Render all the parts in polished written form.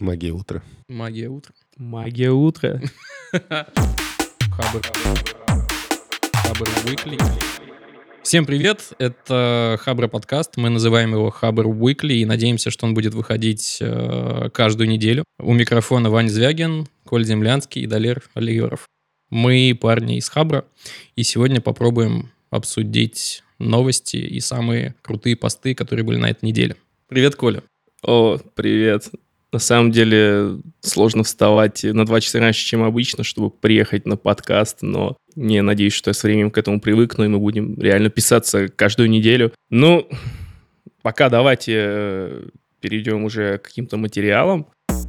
Магия утра. Магия утра. Магия утра. Хабр Weekly. Всем привет, это Хабр подкаст, мы называем его Хабр Weekly и надеемся, что он будет выходить каждую неделю. У микрофона Ваня Звягин, Коль Землянский и Далер Алиеров. Мы парни из Хабра, и сегодня попробуем обсудить новости и самые крутые посты, которые были на этой неделе. Привет, Коля. О, привет. На самом деле сложно вставать на 2 часа раньше, чем обычно, чтобы приехать на подкаст, но я надеюсь, что я со временем к этому привыкну, и мы будем реально писаться каждую неделю. Ну, пока давайте перейдем уже к каким-то материалам.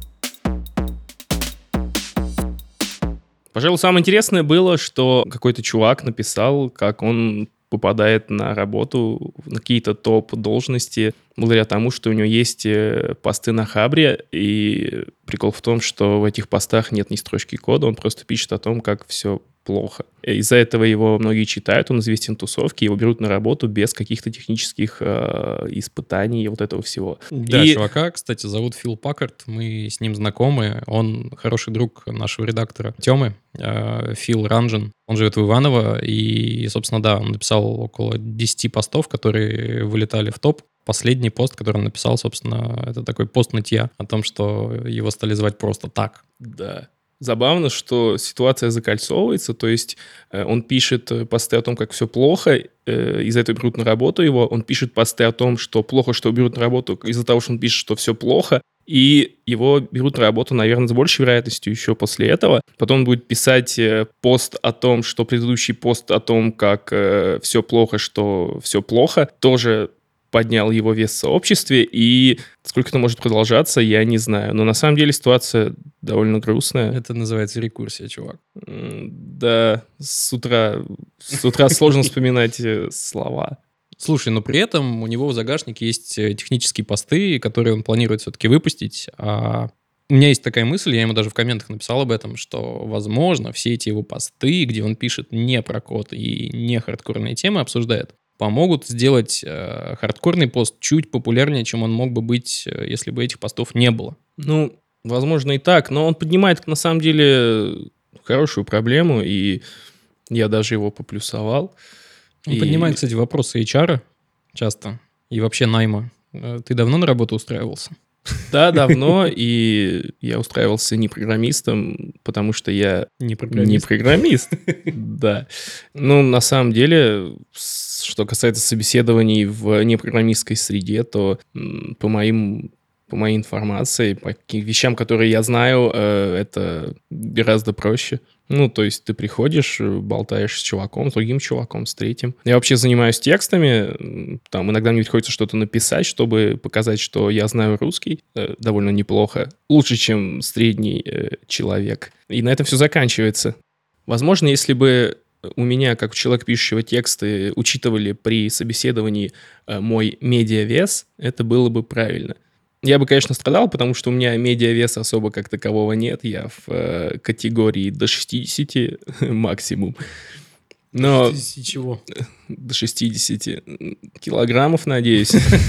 Пожалуй, самое интересное было, что какой-то чувак написал, как он попадает на работу, на какие-то топ-должности, благодаря тому, что у него есть посты на Хабре, и прикол в том, что в этих постах нет ни строчки кода, он просто пишет о том, как все плохо. Из-за этого его многие читают, он известен в тусовке, его берут на работу без каких-то технических испытаний и вот этого всего. Да, чувака, кстати, зовут Фил Паккард, мы с ним знакомы, он хороший друг нашего редактора Тёмы, Фил Ранжин, он живет в Иваново, и, собственно, да, он написал около 10 постов, которые вылетали в топ. Последний пост, который он написал, собственно, это такой пост нытья о том, что его стали звать просто так. Да. Забавно, что ситуация закольцовывается, то есть он пишет посты о том, как все плохо, из-за этого берут на работу его, он пишет посты о том, что плохо, что берут на работу из-за того, что он пишет, что все плохо, и его берут на работу, наверное, с большей вероятностью еще после этого. Потом он будет писать пост о том, что предыдущий пост о том, как все плохо, что все плохо, тоже поднял его вес в сообществе, и сколько это может продолжаться, я не знаю. Но на самом деле ситуация довольно грустная. Это называется рекурсия, чувак. Да, с утра сложно вспоминать слова. Слушай, но при этом у него в загашнике есть технические посты, которые он планирует все-таки выпустить. А у меня есть такая мысль, я ему даже в комментах написал об этом, что, возможно, все эти его посты, где он пишет не про код и не хардкорные темы обсуждает, помогут сделать хардкорный пост чуть популярнее, чем он мог бы быть, если бы этих постов не было. Ну, возможно и так, но он поднимает, на самом деле, хорошую проблему, и я даже его поплюсовал. Он поднимает, кстати, вопросы HR часто и вообще найма. Ты давно на работу устраивался? Да, давно, и я устраивался не программистом, потому что я не программист. Да. Ну, на самом деле, что касается собеседований в непрограммистской среде, то по моей информации, по вещам, которые я знаю, это гораздо проще. Ну, то есть ты приходишь, болтаешь с чуваком, с другим чуваком, с третьим. Я вообще занимаюсь текстами, там иногда мне приходится что-то написать, чтобы показать, что я знаю русский довольно неплохо, лучше, чем средний человек. И на этом все заканчивается. Возможно, если бы у меня, как у человека, пишущего тексты, учитывали при собеседовании мой медиавес, это было бы правильно. Я бы, конечно, страдал, потому что у меня медиавеса особо как такового нет. Я в категории до 60 максимум. Но... 60 чего? До 60 килограммов, надеюсь.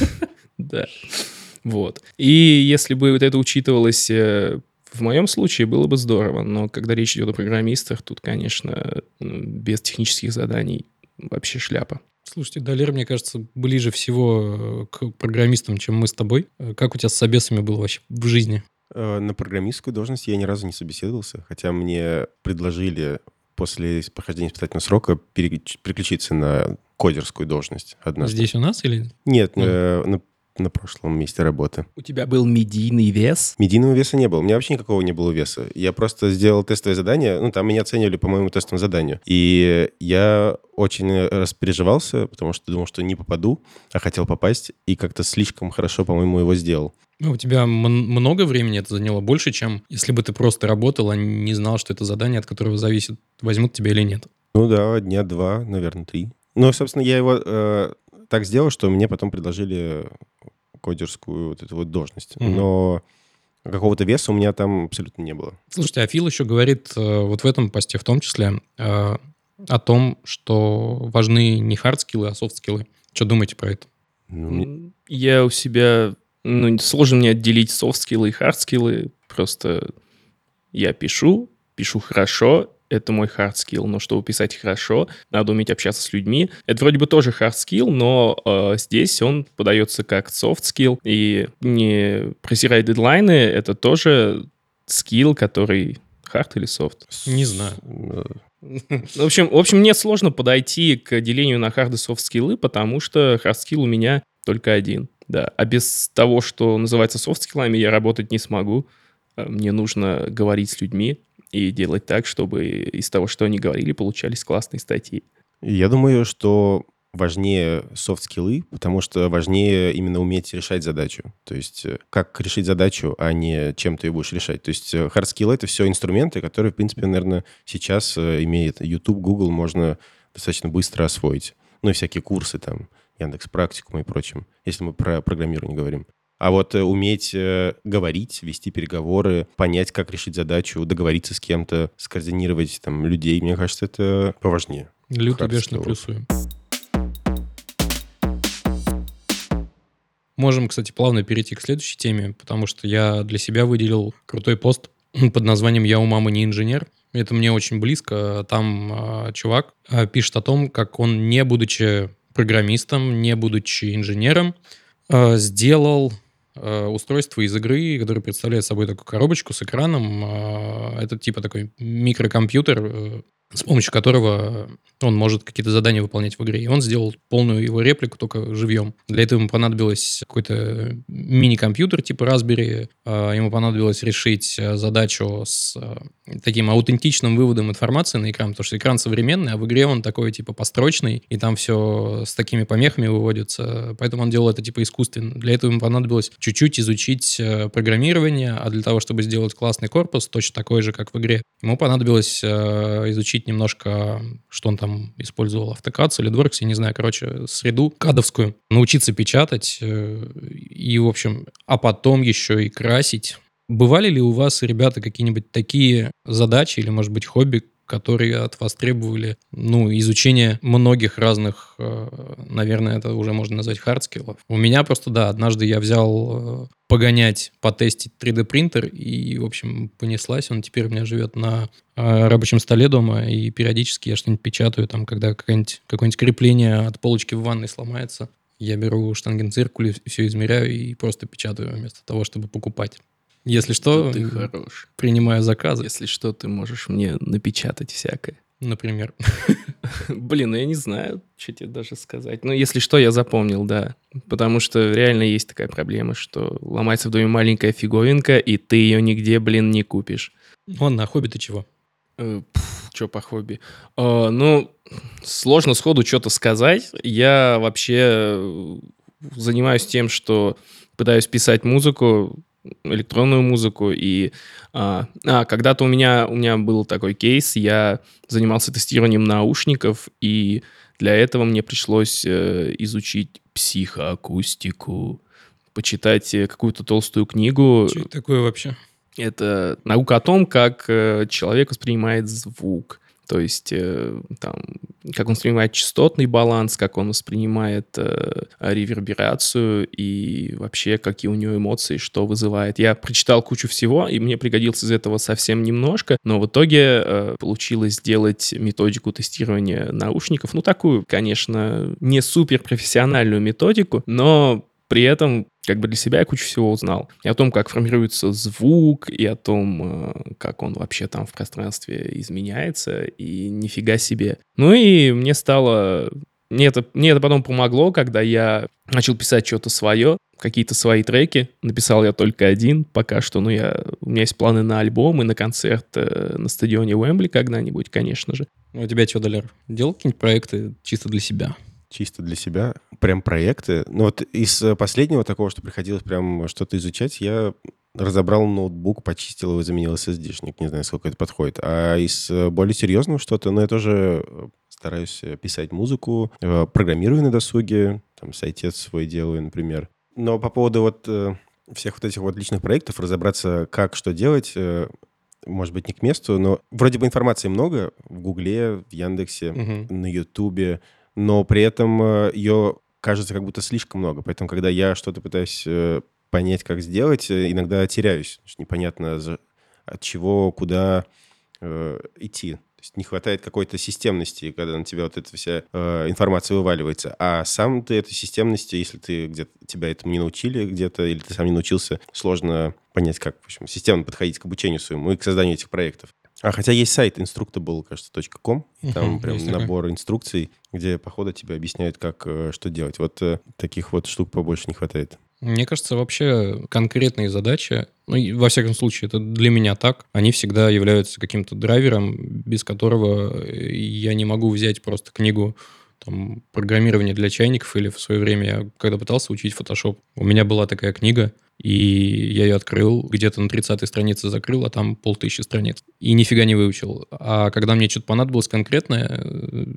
Да. Вот. И если бы вот это учитывалось в моем случае, было бы здорово. Но когда речь идет о программистах, тут, конечно, без технических заданий вообще шляпа. Слушайте, Далер, мне кажется, ближе всего к программистам, чем мы с тобой. Как у тебя с собесами было вообще в жизни? На программистскую должность я ни разу не собеседовался, хотя мне предложили после прохождения испытательного срока переключиться на кодерскую должность однажды. Здесь у нас или? Нет, на прошлом месте работы. У тебя был медийный вес? Медийного веса не было. У меня вообще никакого не было веса. Я просто сделал тестовое задание. Ну, там меня оценивали по моему тестовому заданию. И я очень распереживался, потому что думал, что не попаду, а хотел попасть. И как-то слишком хорошо, по-моему, его сделал. Ну, у тебя много времени это заняло? Больше, чем если бы ты просто работал, а не знал, что это задание, от которого зависит, возьмут тебя или нет? Ну да, дня 2, наверное, 3. Ну, собственно, я его так сделал, что мне потом предложили кодерскую вот эту вот должность. Но какого-то веса у меня там абсолютно не было. Слушайте, а Фил еще говорит вот в этом посте в том числе о том, что важны не хард-скиллы, а софт-скиллы. Что думаете про это? Я у себя Ну, сложно мне отделить софт-скиллы и хард-скиллы. Просто я пишу хорошо, это мой хард-скилл, но чтобы писать хорошо, надо уметь общаться с людьми. Это вроде бы тоже хард-скилл, но здесь он подается как софт-скилл, и не просирать дедлайны — это тоже скилл, который хард или софт? Не знаю. В общем, мне сложно подойти к делению на хард и софт-скиллы, потому что хард-скилл у меня только один. Да. А без того, что называется софт-скиллами, я работать не смогу. Мне нужно говорить с людьми и делать так, чтобы из того, что они говорили, получались классные статьи. Я думаю, что важнее софт-скиллы, потому что важнее именно уметь решать задачу. То есть как решить задачу, а не чем ты ее будешь решать. То есть хард-скиллы — это все инструменты, которые, в принципе, наверное, сейчас имеет YouTube, Google, можно достаточно быстро освоить. Ну и всякие курсы там, Яндекс.Практикум и прочим, если мы про программирование говорим. А вот уметь говорить, вести переговоры, понять, как решить задачу, договориться с кем-то, скоординировать там людей, мне кажется, это поважнее. Люто бешено плюсуем. Можем, кстати, плавно перейти к следующей теме, потому что я для себя выделил крутой пост под названием «Я у мамы не инженер». Это мне очень близко. Там чувак пишет о том, как он, не будучи программистом, не будучи инженером, сделал устройство из игры, которое представляет собой такую коробочку с экраном. Это типа такой микрокомпьютер, с помощью которого он может какие-то задания выполнять в игре. И он сделал полную его реплику, только живьем. Для этого ему понадобилось какой-то мини-компьютер типа Raspberry. Ему понадобилось решить задачу с таким аутентичным выводом информации на экран, потому что экран современный, а в игре он такой типа построчный, и там все с такими помехами выводится. Поэтому он делал это типа искусственно. Для этого ему понадобилось чуть-чуть изучить программирование, а для того, чтобы сделать классный корпус, точно такой же, как в игре, ему понадобилось изучить немножко, что он там использовал, AutoCAD, SolidWorks, я не знаю, короче, среду кадовскую, научиться печатать и, в общем, а потом еще и красить. Бывали ли у вас, ребята, какие-нибудь такие задачи или, может быть, хобби, которые от вас требовали, изучения многих разных, наверное, это уже можно назвать хардскиллов? У меня просто, да, однажды я взял погонять, потестить 3D-принтер, и, в общем, понеслась. Он теперь у меня живет на рабочем столе дома, и периодически я что-нибудь печатаю, там, когда какое-нибудь крепление от полочки в ванной сломается, я беру штангенциркуль, все измеряю и просто печатаю вместо того, чтобы покупать. Если что, ты хорош. Принимаю заказы. Если что, ты можешь мне напечатать всякое. Например. Блин, я не знаю, что тебе даже сказать. Если что, я запомнил, да. Потому что реально есть такая проблема, что ломается в доме маленькая фиговинка, и ты ее нигде, не купишь. Ладно, а хобби-то чего? Что по хобби? Сложно сходу что-то сказать. Я вообще занимаюсь тем, что пытаюсь писать музыку, электронную музыку, и когда-то у меня был такой кейс, я занимался тестированием наушников, и для этого мне пришлось изучить психоакустику, почитать какую-то толстую книгу. Что это такое вообще? Это наука о том, как человек воспринимает звук. То есть, как он воспринимает частотный баланс, как он воспринимает реверберацию и вообще, какие у него эмоции, что вызывает. Я прочитал кучу всего, и мне пригодилось из этого совсем немножко, но в итоге получилось сделать методику тестирования наушников. Такую, конечно, не суперпрофессиональную методику, но при этом для себя я кучу всего узнал. И о том, как формируется звук, и о том, как он вообще там в пространстве изменяется, и нифига себе. И мне это потом помогло, когда я начал писать что-то свое, какие-то свои треки. Написал я только один пока что, у меня есть планы на альбом и на концерт на стадионе Уэмбли когда-нибудь, конечно же. У тебя что, Доляр, делал какие-нибудь проекты чисто для себя? Чисто для себя, прям проекты. Из последнего такого, что приходилось прям что-то изучать, я разобрал ноутбук, почистил его, заменил SSD-шник, не знаю, сколько это подходит. А из более серьезного что-то, я тоже стараюсь писать музыку, программирую на досуге, там, сайтец свой делаю, например. Но по поводу всех этих личных проектов, разобраться, как, что делать, может быть, не к месту, но вроде бы информации много в Гугле, в Яндексе, на Ютубе, но при этом ее кажется как будто слишком много. Поэтому, когда я что-то пытаюсь понять, как сделать, иногда теряюсь. Непонятно, от чего, куда идти. То есть не хватает какой-то системности, когда на тебя вот эта вся информация вываливается. А сам ты этой системности, если ты где-то тебя этому не научили где-то, или ты сам не научился, сложно понять, как, в общем, системно подходить к обучению своему и к созданию этих проектов. Хотя есть сайт instructable, кажется, .com, там прям набор инструкций, где по ходу тебе объясняют, как, что делать. Вот таких вот штук побольше не хватает. Мне кажется, вообще конкретные задачи, во всяком случае, это для меня так, они всегда являются каким-то драйвером, без которого я не могу взять просто книгу там, программирования для чайников, или в свое время я, когда пытался учить Photoshop, у меня была такая книга, и я ее открыл, где-то на 30-й странице закрыл, а там 5000 страниц. И нифига не выучил. А когда мне что-то понадобилось конкретное,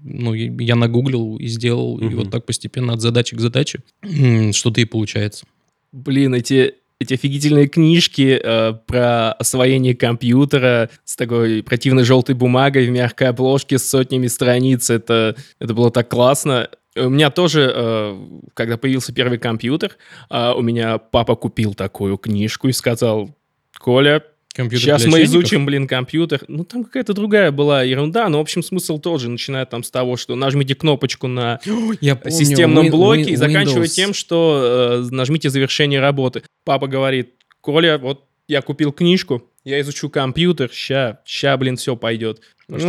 я нагуглил и сделал, и вот так постепенно от задачи к задаче что-то и получается. Блин, эти офигительные книжки про освоение компьютера с такой противной желтой бумагой в мягкой обложке с сотнями страниц, это было так классно. У меня тоже, когда появился первый компьютер, у меня папа купил такую книжку и сказал: «Коля, сейчас мы изучим, компьютер». Ну, там какая-то другая была ерунда, но, в общем, смысл тот же, начиная там с того, что нажмите кнопочку на системном блоке и заканчивая тем, что нажмите завершение работы. Папа говорит: «Коля, вот я купил книжку, я изучу компьютер, ща, все пойдет».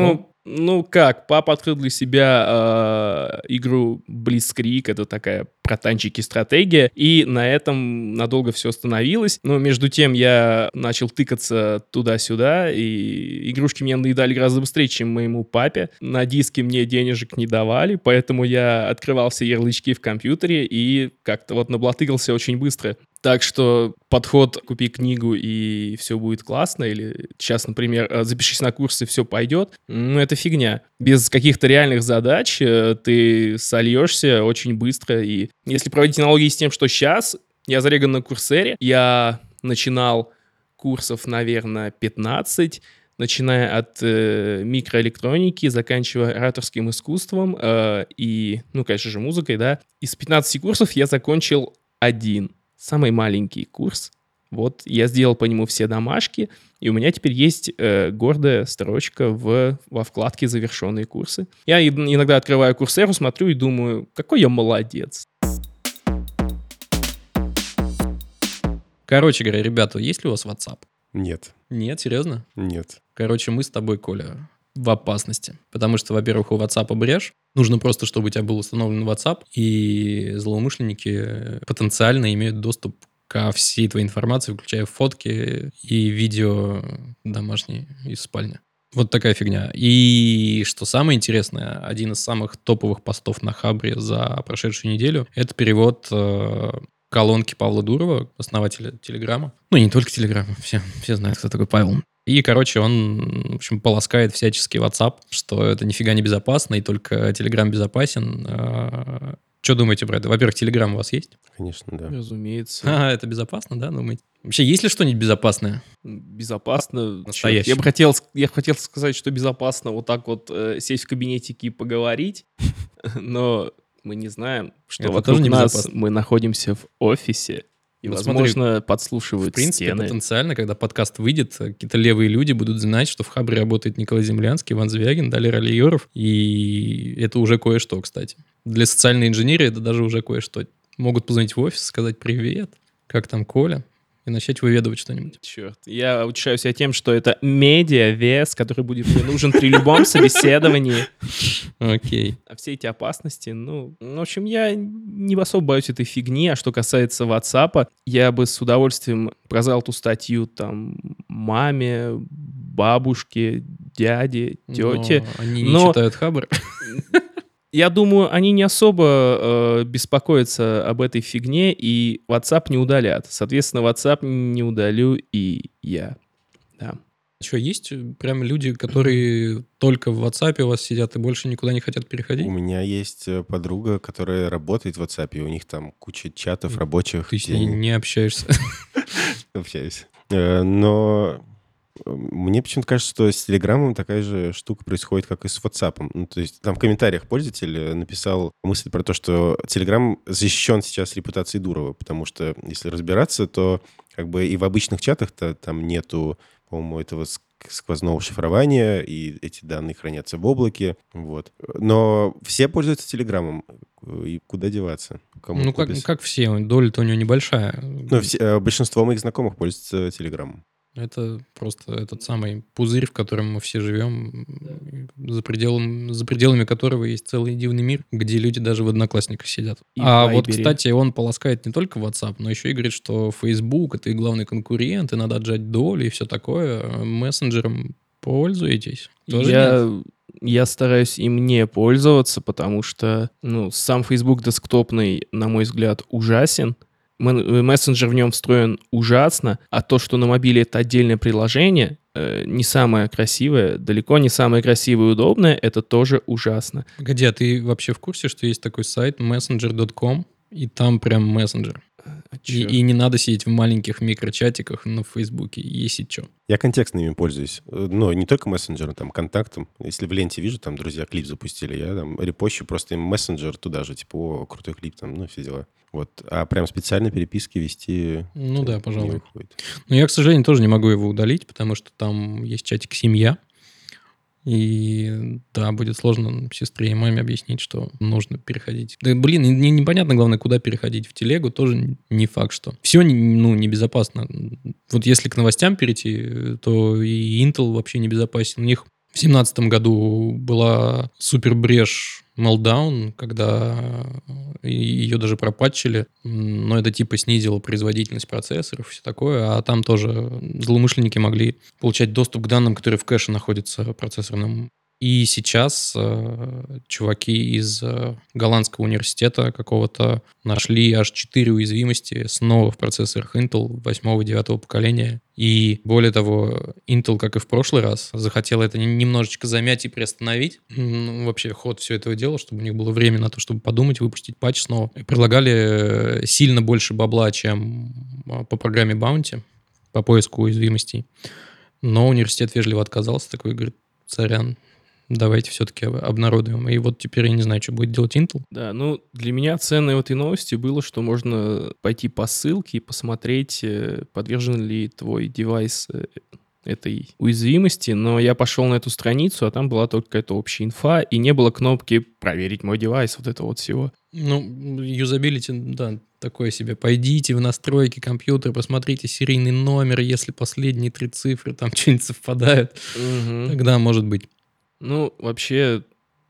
Ну как, папа открыл для себя игру Blitzkrieg, это такая про танчики стратегия, и на этом надолго все остановилось. Но между тем я начал тыкаться туда-сюда, и игрушки мне надоедали гораздо быстрее, чем моему папе. На диске мне денежек не давали, поэтому я открывал все ярлычки в компьютере и как-то вот наблатыкался очень быстро. Так что подход «купи книгу и все будет классно», или сейчас, например, «запишись на курсы, все пойдет», это фигня. Без каких-то реальных задач ты сольешься очень быстро. И если проводить аналогии с тем, что сейчас, я зареган на Курсере, я начинал курсов, наверное, 15, начиная от микроэлектроники, заканчивая ораторским искусством и, конечно же, музыкой, да. Из 15 курсов я закончил один. Самый маленький курс. Вот, я сделал по нему все домашки, и у меня теперь есть гордая строчка во вкладке «Завершенные курсы». Я иногда открываю Курсеру, смотрю и думаю, какой я молодец. Короче говоря, ребята, есть ли у вас WhatsApp? Нет. Нет, серьезно? Нет. Короче, мы с тобой, Коля, в опасности. Потому что, во-первых, у WhatsApp брешь. Нужно просто, чтобы у тебя был установлен WhatsApp, и злоумышленники потенциально имеют доступ ко всей твоей информации, включая фотки и видео домашние из спальни. Вот такая фигня. И что самое интересное, один из самых топовых постов на Хабре за прошедшую неделю — это перевод колонки Павла Дурова, основателя Телеграма. Ну, и не только Телеграма, все знают, кто такой Павел. И, короче, он, в общем, полоскает всячески WhatsApp, что это нифига не безопасно, и только Telegram безопасен. Что думаете про это? Во-первых, Telegram у вас есть? Конечно, да. Разумеется. Это безопасно, да, думаете? Вообще, есть ли что-нибудь безопасное? Безопасно. Настоящее. Я бы хотел сказать, что безопасно вот так вот сесть в кабинетике и поговорить, но мы не знаем, что Это вокруг тоже нас мы находимся в офисе. И, возможно, подслушивают в принципе, стены. потенциально, когда подкаст выйдет, какие-то левые люди будут знать, что в Хабре работает Николай Землянский, Иван Звягин, Далер Алиеров, и это уже кое-что, кстати. Для социальной инженерии это даже уже кое-что. Могут позвонить в офис, сказать «Привет, как там Коля?» и начать выведывать что-нибудь. Черт, я утешаю себя тем, что это медиа-вес, который будет мне нужен при любом собеседовании. Окей. А все эти опасности, в общем, я не особо боюсь этой фигни. А что касается WhatsApp, я бы с удовольствием прозвал ту статью там маме, бабушке, дяде, тете. Но они не читают Хабр. Я думаю, они не особо беспокоятся об этой фигне, и WhatsApp не удалят. Соответственно, WhatsApp не удалю и я. Да. Что, есть прям люди, которые только в WhatsApp у вас сидят и больше никуда не хотят переходить? У меня есть подруга, которая работает в WhatsApp, и у них там куча чатов рабочих. Ты с ней не общаешься? Общаюсь. Но Мне почему-то кажется, что с Телеграмом такая же штука происходит, как и с WhatsApp. Ну, то есть там в комментариях пользователь написал мысль про то, что Телеграм защищен сейчас репутацией Дурова, потому что, если разбираться, то как бы и в обычных чатах-то там нету, по-моему, этого сквозного шифрования, и эти данные хранятся в облаке. Вот. Но все пользуются Телеграмом. И куда деваться? Ну, как все, доля-то у него небольшая. Ну, большинство моих знакомых пользуются Телеграмом. Это просто этот самый пузырь, в котором мы все живем, за пределами которого есть целый дивный мир, где люди даже в Одноклассниках сидят. И вот, кстати, он полоскает не только WhatsApp, но еще и говорит, что Facebook — это и главный конкурент, и надо отжать долю и все такое. Мессенджером пользуетесь? Тоже Я стараюсь им не пользоваться, потому что сам Facebook десктопный, на мой взгляд, ужасен. Мессенджер в нем встроен ужасно, а то, что на мобиле это отдельное приложение, не самое красивое, далеко не самое красивое и удобное, это тоже ужасно. Погоди, а ты вообще в курсе, что есть такой сайт messenger.com, и там прям мессенджер? И не надо сидеть в маленьких микрочатиках на Фейсбуке, если что. Я контекстными пользуюсь. Но не только мессенджером, там, контактом. Если в ленте вижу, там, друзья клип запустили, я там репощу просто им мессенджер туда же, типа, о, крутой клип, там, все дела. Вот. А прям специально переписки вести... Ну да, пожалуй. Но я, к сожалению, тоже не могу его удалить, потому что там есть чатик «Семья». И да, будет сложно сестре и маме объяснить, что нужно переходить. Да, блин, непонятно, главное, куда переходить. В телегу тоже не факт, что. Все небезопасно. Вот если к новостям перейти, то и Intel вообще небезопасен. У них в 2017 году была супер брешь Meltdown, когда ее даже пропатчили, но это типа снизило производительность процессоров и все такое, а там тоже злоумышленники могли получать доступ к данным, которые в кэше находятся процессорным. И сейчас чуваки из голландского университета какого-то нашли аж 4 уязвимости снова в процессорах Intel 8-9 поколения. И более того, Intel, как и в прошлый раз, захотел это немножечко замять и приостановить. Вообще ход все этого дела, чтобы у них было время на то, чтобы подумать, выпустить патч снова. И предлагали сильно больше бабла, чем по программе Bounty, по поиску уязвимостей. Но университет вежливо отказался, такой говорит: сорян, давайте все-таки обнародуем. И вот теперь я не знаю, что будет делать Intel. Да, для меня ценной в этой новости было, что можно пойти по ссылке и посмотреть, подвержен ли твой девайс этой уязвимости. Но я пошел на эту страницу, а там была только какая-то общая инфа, и не было кнопки «Проверить мой девайс», вот это вот всего. Юзабилити, да, такое себе. Пойдите в настройки компьютера, посмотрите серийный номер, если последние 3 цифры там что-нибудь совпадают, тогда может быть. Вообще,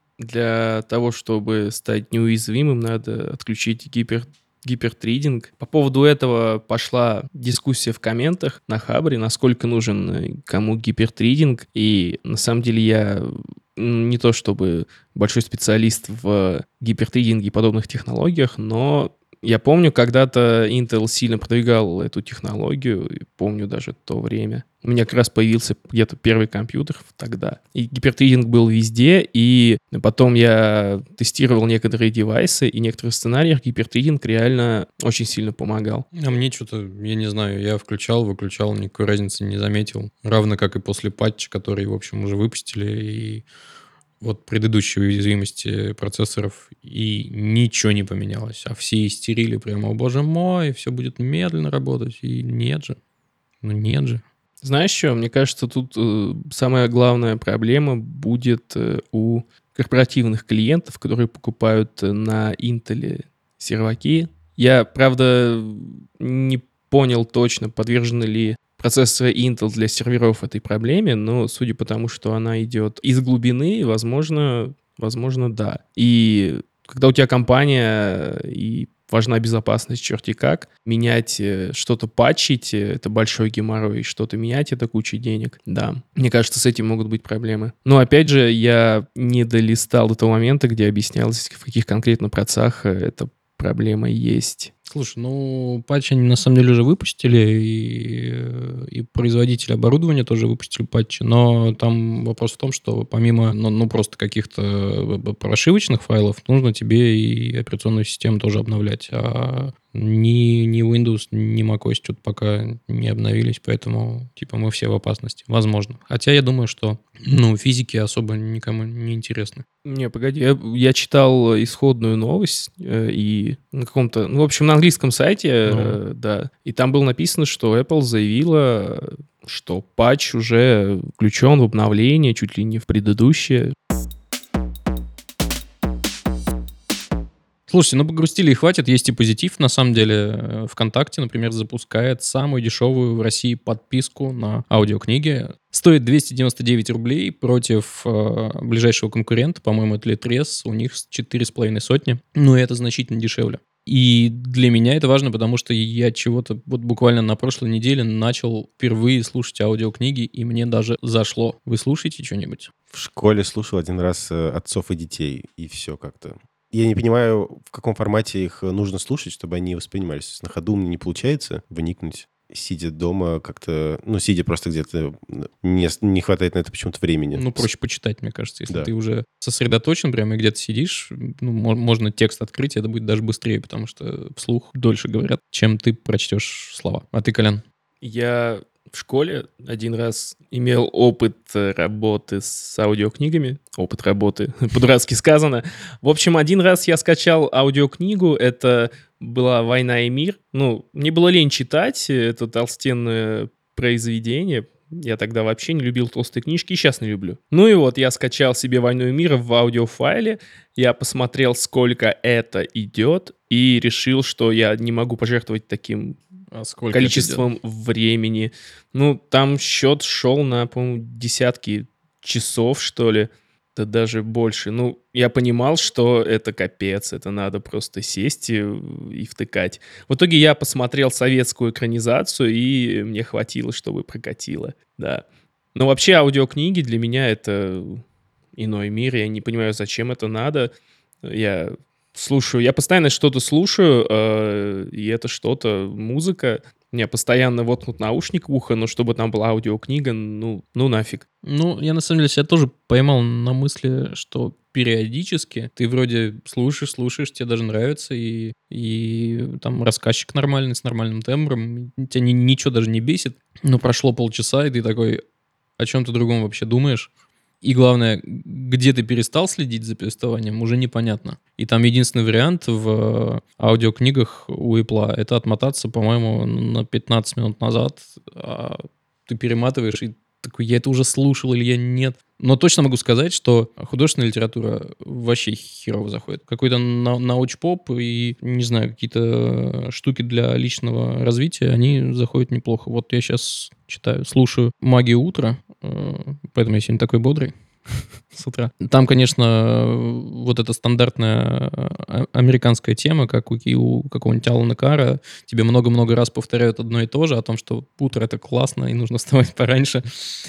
для того, чтобы стать неуязвимым, надо отключить гипертрейдинг. По поводу этого пошла дискуссия в комментах на Хабре, насколько нужен кому гипертрейдинг. И на самом деле я не то чтобы большой специалист в гипертрейдинге и подобных технологиях, но я помню, когда-то Intel сильно продвигал эту технологию, помню даже то время. У меня как раз появился где-то первый компьютер тогда. И гипертрейдинг был везде, и потом я тестировал некоторые девайсы, и в некоторых сценариях гипертрейдинг реально очень сильно помогал. А мне что-то, я не знаю, я включал, выключал, никакой разницы не заметил. Равно как и после патча, который, в общем, уже выпустили, и вот предыдущие уязвимости процессоров, и ничего не поменялось. А все истерили прямо: о боже мой, все будет медленно работать. И нет же. Нет же. Знаешь что, мне кажется, тут самая главная проблема будет у корпоративных клиентов, которые покупают на Intel серваки. Я, правда, не понял точно, подвержены ли процессоры Intel для серверов этой проблеме, но судя по тому, что она идет из глубины, возможно, да. И когда у тебя компания и важна безопасность черти как, менять что-то, патчить — это большой геморрой, что-то менять — это куча денег. Да, мне кажется, с этим могут быть проблемы. Но опять же, я не долистал до того момента, где объяснялось, в каких конкретно процессах эта проблема есть. Слушай, патчи они на самом деле уже выпустили, и производители оборудования тоже выпустили патчи, но там вопрос в том, что помимо просто каких-то прошивочных файлов, нужно тебе и операционную систему тоже обновлять, а ни Windows, ни macOS что-то пока не обновились, поэтому мы все в опасности. Возможно. Хотя я думаю, что физики особо никому не интересны. Не, погоди, я читал исходную новость и на каком-то, в общем, на английском сайте, да, и там было написано, что Apple заявила, что патч уже включен в обновление, чуть ли не в предыдущее. Слушайте, погрустили и хватит. Есть и позитив, на самом деле. ВКонтакте, например, запускает самую дешевую в России подписку на аудиокниги. Стоит 299 рублей против ближайшего конкурента, по-моему, это Литрес, у них 4,5 сотни. Это значительно дешевле. И для меня это важно, потому что я чего-то буквально на прошлой неделе начал впервые слушать аудиокниги, и мне даже зашло. Вы слушаете что-нибудь? В школе слушал один раз «Отцов и детей», и все как-то. Я не понимаю, в каком формате их нужно слушать, чтобы они воспринимались. На ходу мне не получается вникнуть, сидя дома как-то... сидя просто где-то... Не хватает на это почему-то времени. Проще почитать, мне кажется. Если ты уже сосредоточен прямо и где-то сидишь, можно текст открыть, и это будет даже быстрее, потому что вслух дольше говорят, чем ты прочтешь слова. А ты, Колян? Я в школе один раз имел опыт работы с аудиокнигами. Опыт работы, по-дурацки сказано. В общем, один раз я скачал аудиокнигу, это была «Война и мир». Мне было лень читать это толстенное произведение. Я тогда вообще не любил толстые книжки и сейчас не люблю. Я скачал себе «Войну и мир» в аудиофайле, я посмотрел, сколько это идет, и решил, что я не могу пожертвовать таким количеством времени. Там счет шел на, по-моему, десятки часов, что ли. Да даже больше. Я понимал, что это капец, это надо просто сесть и втыкать. В итоге я посмотрел советскую экранизацию, и мне хватило, чтобы прокатило. Да. Но вообще аудиокниги для меня это иной мир. Я не понимаю, зачем это надо. Я постоянно что-то слушаю, и это что-то музыка. У меня постоянно воткнут наушник в ухо, но чтобы там была аудиокнига, нафиг. Я на самом деле себя тоже поймал на мысли, что периодически ты вроде слушаешь, тебе даже нравится, и там рассказчик нормальный, с нормальным тембром, тебя ничего даже не бесит, но прошло полчаса, и ты такой, о чем-то другом вообще думаешь. И главное, где ты перестал следить за повествованием, уже непонятно. И там единственный вариант в аудиокнигах у Apple — это отмотаться, по-моему, на 15 минут назад. А ты перематываешь и такой, я это уже слушал или я нет. Но точно могу сказать, что художественная литература вообще херово заходит. Какой-то научпоп и, не знаю, какие-то штуки для личного развития, они заходят неплохо. Вот я сейчас слушаю «Магию утра», поэтому я сегодня такой бодрый с утра. Там, конечно, вот эта стандартная американская тема, как у какого-нибудь Алана Карра, тебе много-много раз повторяют одно и то же, о том, что утро — это классно, и нужно вставать пораньше.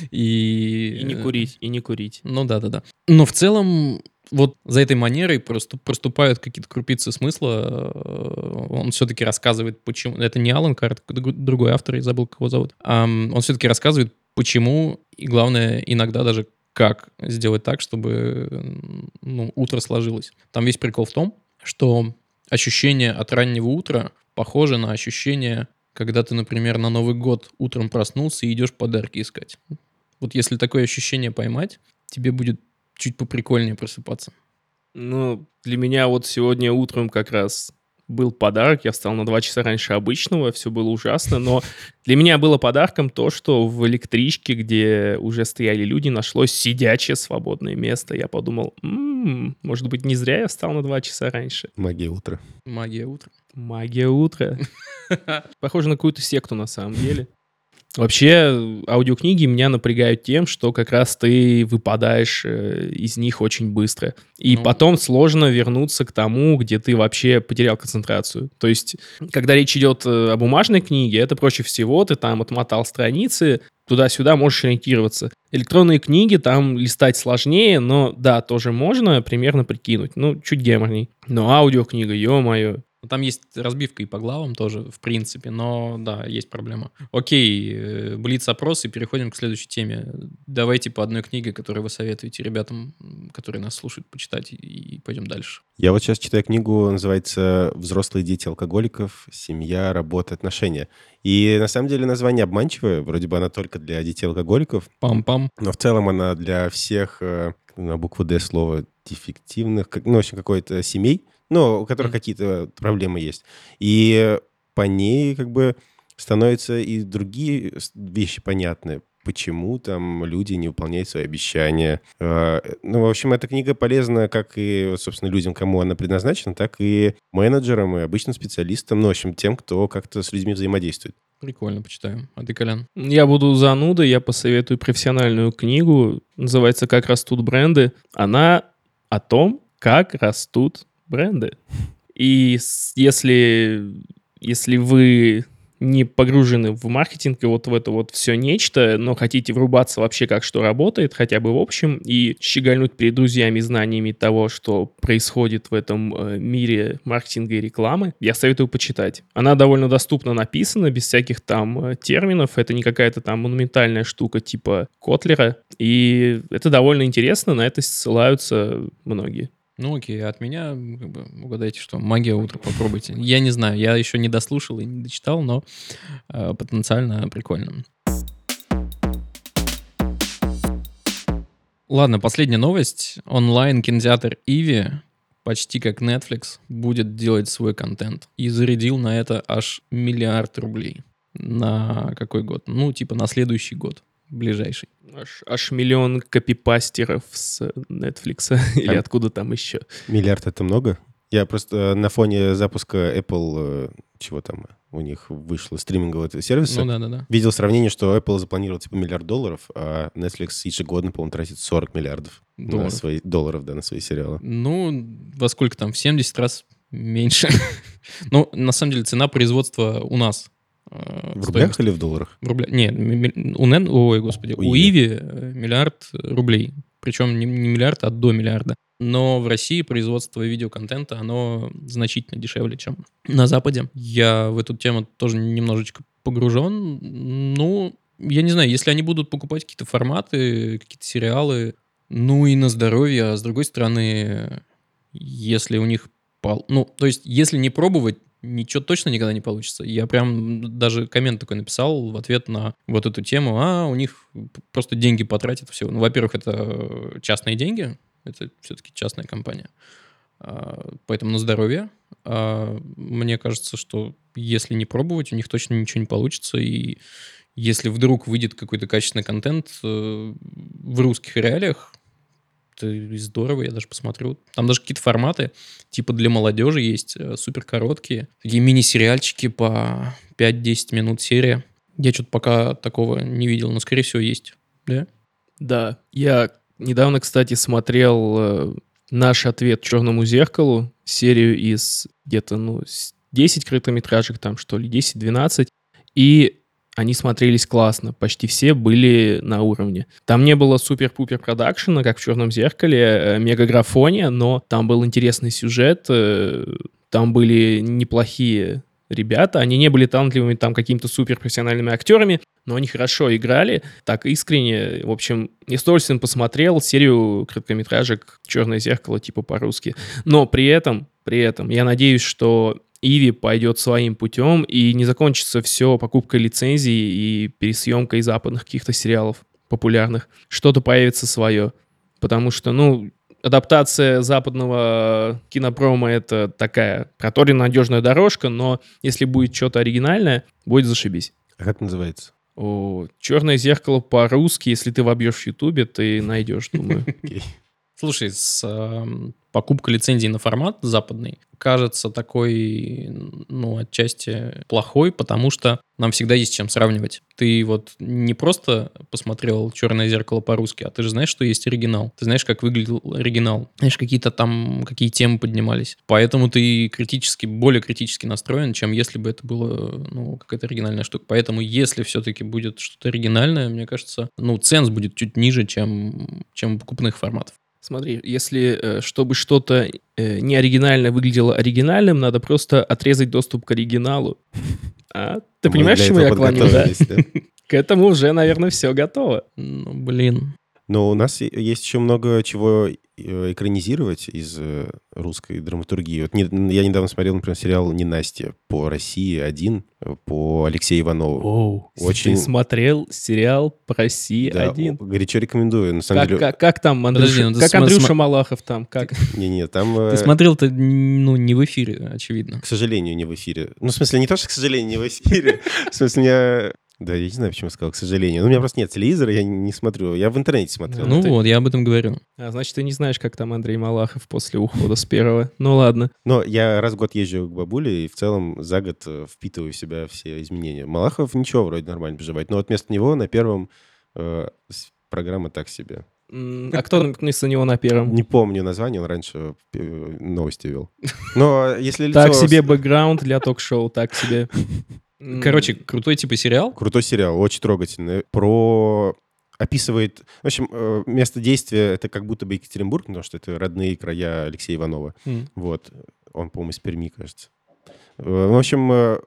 И не курить. Да. Но в целом вот за этой манерой проступают какие-то крупицы смысла. Он все-таки рассказывает, почему... Это не Алан Карр, это другой автор, я забыл, как его зовут. Он все-таки рассказывает, почему, и главное, иногда даже как сделать так, чтобы утро сложилось. Там весь прикол в том, что ощущение от раннего утра похоже на ощущение, когда ты, например, на Новый год утром проснулся и идешь подарки искать. Вот если такое ощущение поймать, тебе будет чуть поприкольнее просыпаться. Для меня вот сегодня утром как раз был подарок. Я встал на 2 часа раньше обычного, все было ужасно, но для меня было подарком то, что в электричке, где уже стояли люди, нашлось сидячее свободное место. Я подумал, может быть, не зря я встал на 2 часа раньше. Магия утра. Магия утра. Похоже на какую-то секту на самом деле. Вообще, аудиокниги меня напрягают тем, что как раз ты выпадаешь из них очень быстро. И потом сложно вернуться к тому, где ты вообще потерял концентрацию. То есть, когда речь идет о бумажной книге, это проще всего. Ты там отмотал страницы, туда-сюда можешь ориентироваться. Электронные книги, там листать сложнее, но да, тоже можно примерно прикинуть. Чуть геморней. Но аудиокнига, ё-моё. Там есть разбивка и по главам тоже, в принципе, но да, есть проблема. Окей, блиц-опрос, и переходим к следующей теме. Давайте по одной книге, которую вы советуете ребятам, которые нас слушают, почитать, и пойдем дальше. Я вот сейчас читаю книгу, называется «Взрослые дети алкоголиков. Семья, работа, отношения». И на самом деле название обманчивое. Вроде бы она только для детей алкоголиков. Пам-пам. Но в целом она для всех, на букву «Д» слово, дефективных, ну, в общем, какой-то семей, ну, у которых какие-то проблемы есть. И по ней как бы становятся и другие вещи понятны. Почему там люди не выполняют свои обещания. Ну, в общем, эта книга полезна как и, собственно, людям, кому она предназначена, так и менеджерам, и обычным специалистам, ну, в общем, тем, кто как-то с людьми взаимодействует. Прикольно, почитаем. А ты, Колян? Я буду занудой, я посоветую профессиональную книгу, называется «Как растут бренды». Она о том, как растут бренды. И если вы не погружены в маркетинг и вот в это вот все нечто, но хотите врубаться вообще, как что работает, хотя бы в общем, и щегольнуть перед друзьями знаниями того, что происходит в этом мире маркетинга и рекламы, я советую почитать. Она довольно доступно написана, без всяких там терминов, это не какая-то там монументальная штука типа Котлера, и это довольно интересно, на это ссылаются многие. Ну окей, от меня как бы, угадайте, что «Магия утра», попробуйте. Я не знаю, я еще не дослушал и не дочитал, но потенциально прикольно. Ладно, последняя новость. Онлайн-кинотеатр Иви, почти как Netflix, будет делать свой контент. И зарядил на это аж $1 миллиард рублей. На какой год? Ну, типа на следующий год. Ближайший. Аж 1 миллион копипастеров с Netflix или откуда там еще. $1 миллиард — это много? Я просто на фоне запуска Apple, чего там у них вышло, стримингового сервиса, видел сравнение, что Apple запланировал типа $1 миллиард, а Netflix ежегодно, по-моему, тратит 40 миллиардов на свои на свои сериалы. Ну, во сколько там? В 70 раз меньше. Ну, на самом деле, цена производства у нас. В рублях или в долларах? В рублях. Нет, у Иви $1 миллиард рублей. Причем не миллиард, а до миллиарда. Но в России производство видеоконтента, оно значительно дешевле, чем на Западе. Я в эту тему тоже немножечко погружен. Ну, я не знаю, если они будут покупать какие-то форматы, какие-то сериалы, ну и на здоровье, а с другой стороны, если у них... Ну, то есть, если не пробовать, ничего точно никогда не получится. Я прям даже коммент такой написал в ответ на вот эту тему. У них просто деньги потратят все. Ну, во-первых, это частные деньги. Это все-таки частная компания. Поэтому на здоровье. Мне кажется, что если не пробовать, у них точно ничего не получится. И если вдруг выйдет какой-то качественный контент в русских реалиях, это здорово, я даже посмотрю. Там даже какие-то форматы, типа для молодежи есть, супер короткие. Такие мини-сериальчики по 5-10 минут серия. Я что-то пока такого не видел, но, скорее всего, есть. Да? Да. Я недавно, кстати, смотрел «Наш ответ черному зеркалу», серию из где-то, 10 короткометражек, там, что ли, 10-12. И они смотрелись классно, почти все были на уровне. Там не было супер-пупер продакшена, как в «Черном зеркале», мегаграфония, но там был интересный сюжет, там были неплохие ребята, они не были талантливыми там какими-то суперпрофессиональными актерами, но они хорошо играли, так искренне. В общем, я с удовольствием посмотрел серию короткометражек «Черное зеркало» типа по-русски. Но при этом я надеюсь, что Иви пойдет своим путем и не закончится все покупкой лицензий и пересъемкой западных каких-то сериалов популярных. Что-то появится свое. Потому что, адаптация западного кинопрома — это такая проторенная надежная дорожка, но если будет что-то оригинальное, будет зашибись. А как называется? «Черное зеркало» по-русски, если ты вобьешь в Ютубе, ты найдешь, думаю. Слушай, с покупкой лицензии на формат западный кажется такой, отчасти плохой, потому что нам всегда есть чем сравнивать. Ты вот не просто посмотрел «Черное зеркало» по-русски, а ты же знаешь, что есть оригинал. Ты знаешь, как выглядел оригинал. Знаешь, какие темы поднимались. Поэтому ты более критически настроен, чем если бы это было, какая-то оригинальная штука. Поэтому если все-таки будет что-то оригинальное, мне кажется, ценз будет чуть ниже, чем у покупных форматов. Смотри, если чтобы что-то неоригинальное выглядело оригинальным, надо просто отрезать доступ к оригиналу. Ты понимаешь, к чему я клоню, да? К этому уже, наверное, все готово. Ну, блин. Но у нас есть еще много чего экранизировать из русской драматургии. Вот я недавно смотрел, например, сериал «Ненастье» по «России-1» по Алексею Иванову. Оу, Очень... Ты смотрел сериал по «России-1»? Да, горячо рекомендую. На самом деле... Как там Андрюша? Как Андрюша Малахов там? Как? Не-не, там... Ты смотрел-то, не в эфире, очевидно. К сожалению, не в эфире. Ну, в смысле, не то, что к сожалению, не в эфире. В смысле, я... Да, я не знаю, почему я сказал, к сожалению. У меня просто нет телевизора, я не смотрю. Я в интернете смотрел. Ну вот, я об этом говорю. Значит, ты не знаешь, как там Андрей Малахов после ухода с первого. Ну ладно. Но я раз в год езжу к бабуле и в целом за год впитываю в себя все изменения. Малахов ничего, вроде нормально проживает. Но вот вместо него на первом программа так себе. А кто вместо него на первом? Не помню название, он раньше новости вел. Но если лицо... Так себе бэкграунд для ток-шоу, так себе... Короче, крутой типа сериал. Крутой сериал, очень трогательный. Описывает... В общем, место действия — это как будто бы Екатеринбург, потому что это родные края Алексея Иванова. Вот. Он, по-моему, из Перми, кажется. В общем,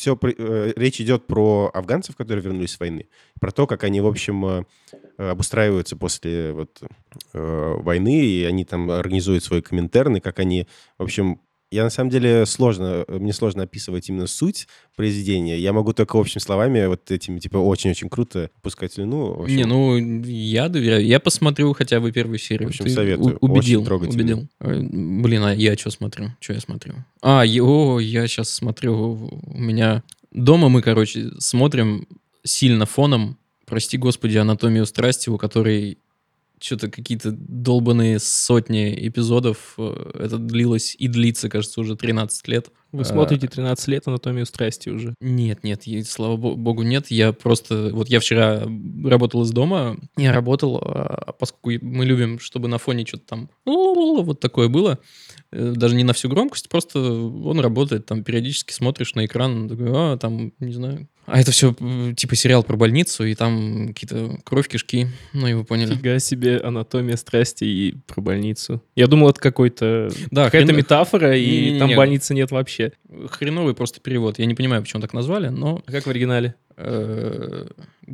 речь идет про афганцев, которые вернулись с войны. Про то, как они, в общем, обустраиваются после войны, и они там организуют свой Коминтерн, и как они, в общем... Я, на самом деле, мне сложно описывать именно суть произведения. Я могу только общими словами, вот этими, типа, очень-очень круто пускать слюну. В общем, я доверяю. Я посмотрю хотя бы первую серию. В общем, советую. Убедил. Очень трогательно. Блин, а я что смотрю? Что я смотрю? Я сейчас смотрю, у меня... Дома мы, короче, смотрим сильно фоном, прости господи, «Анатомию страсти», у которой... Что-то какие-то долбанные сотни эпизодов. Это длилось и длится, кажется, уже 13 лет. Вы смотрите 13 лет «Анатомию страсти» уже? Нет, слава богу, нет. Я просто... Вот я вчера работал из дома. Я работал, поскольку мы любим, чтобы на фоне что-то там... Вот такое было. Даже не на всю громкость, просто он работает. Там периодически смотришь на экран, такой, там, не знаю... А это все типа сериал про больницу, и там какие-то кровь, кишки. Ну, и вы поняли. Фига себе, «Анатомия страсти» и про больницу. Я думал, это какая-то метафора, и там больницы нет вообще. Хреновый просто перевод. Я не понимаю, почему так назвали, но... А как в оригинале? Grey's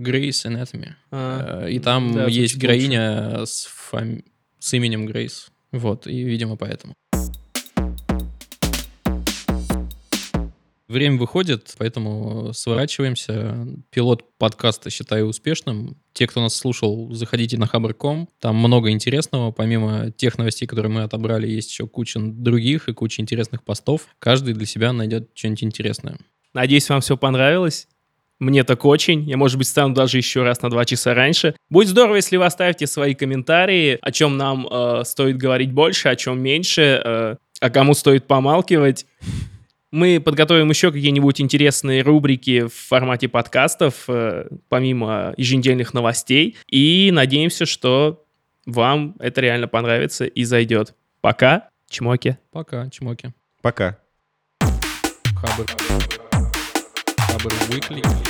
Anatomy. И там есть героиня с именем Грейс. Вот, и, видимо, поэтому. Время выходит, поэтому сворачиваемся. Пилот подкаста считаю успешным. Те, кто нас слушал, заходите на Хабр.ком. Там много интересного. Помимо тех новостей, которые мы отобрали, есть еще куча других и куча интересных постов. Каждый для себя найдет что-нибудь интересное. Надеюсь, вам все понравилось. Мне так очень. Я, может быть, стану даже еще раз на 2 часа раньше. Будет здорово, если вы оставите свои комментарии, о чем нам стоит говорить больше, о чем меньше, а кому стоит помалкивать. Мы подготовим еще какие-нибудь интересные рубрики в формате подкастов, помимо еженедельных новостей. И надеемся, что вам это реально понравится и зайдет. Пока, чмоки. Пока, чмоки. Пока. Хабр Weekly.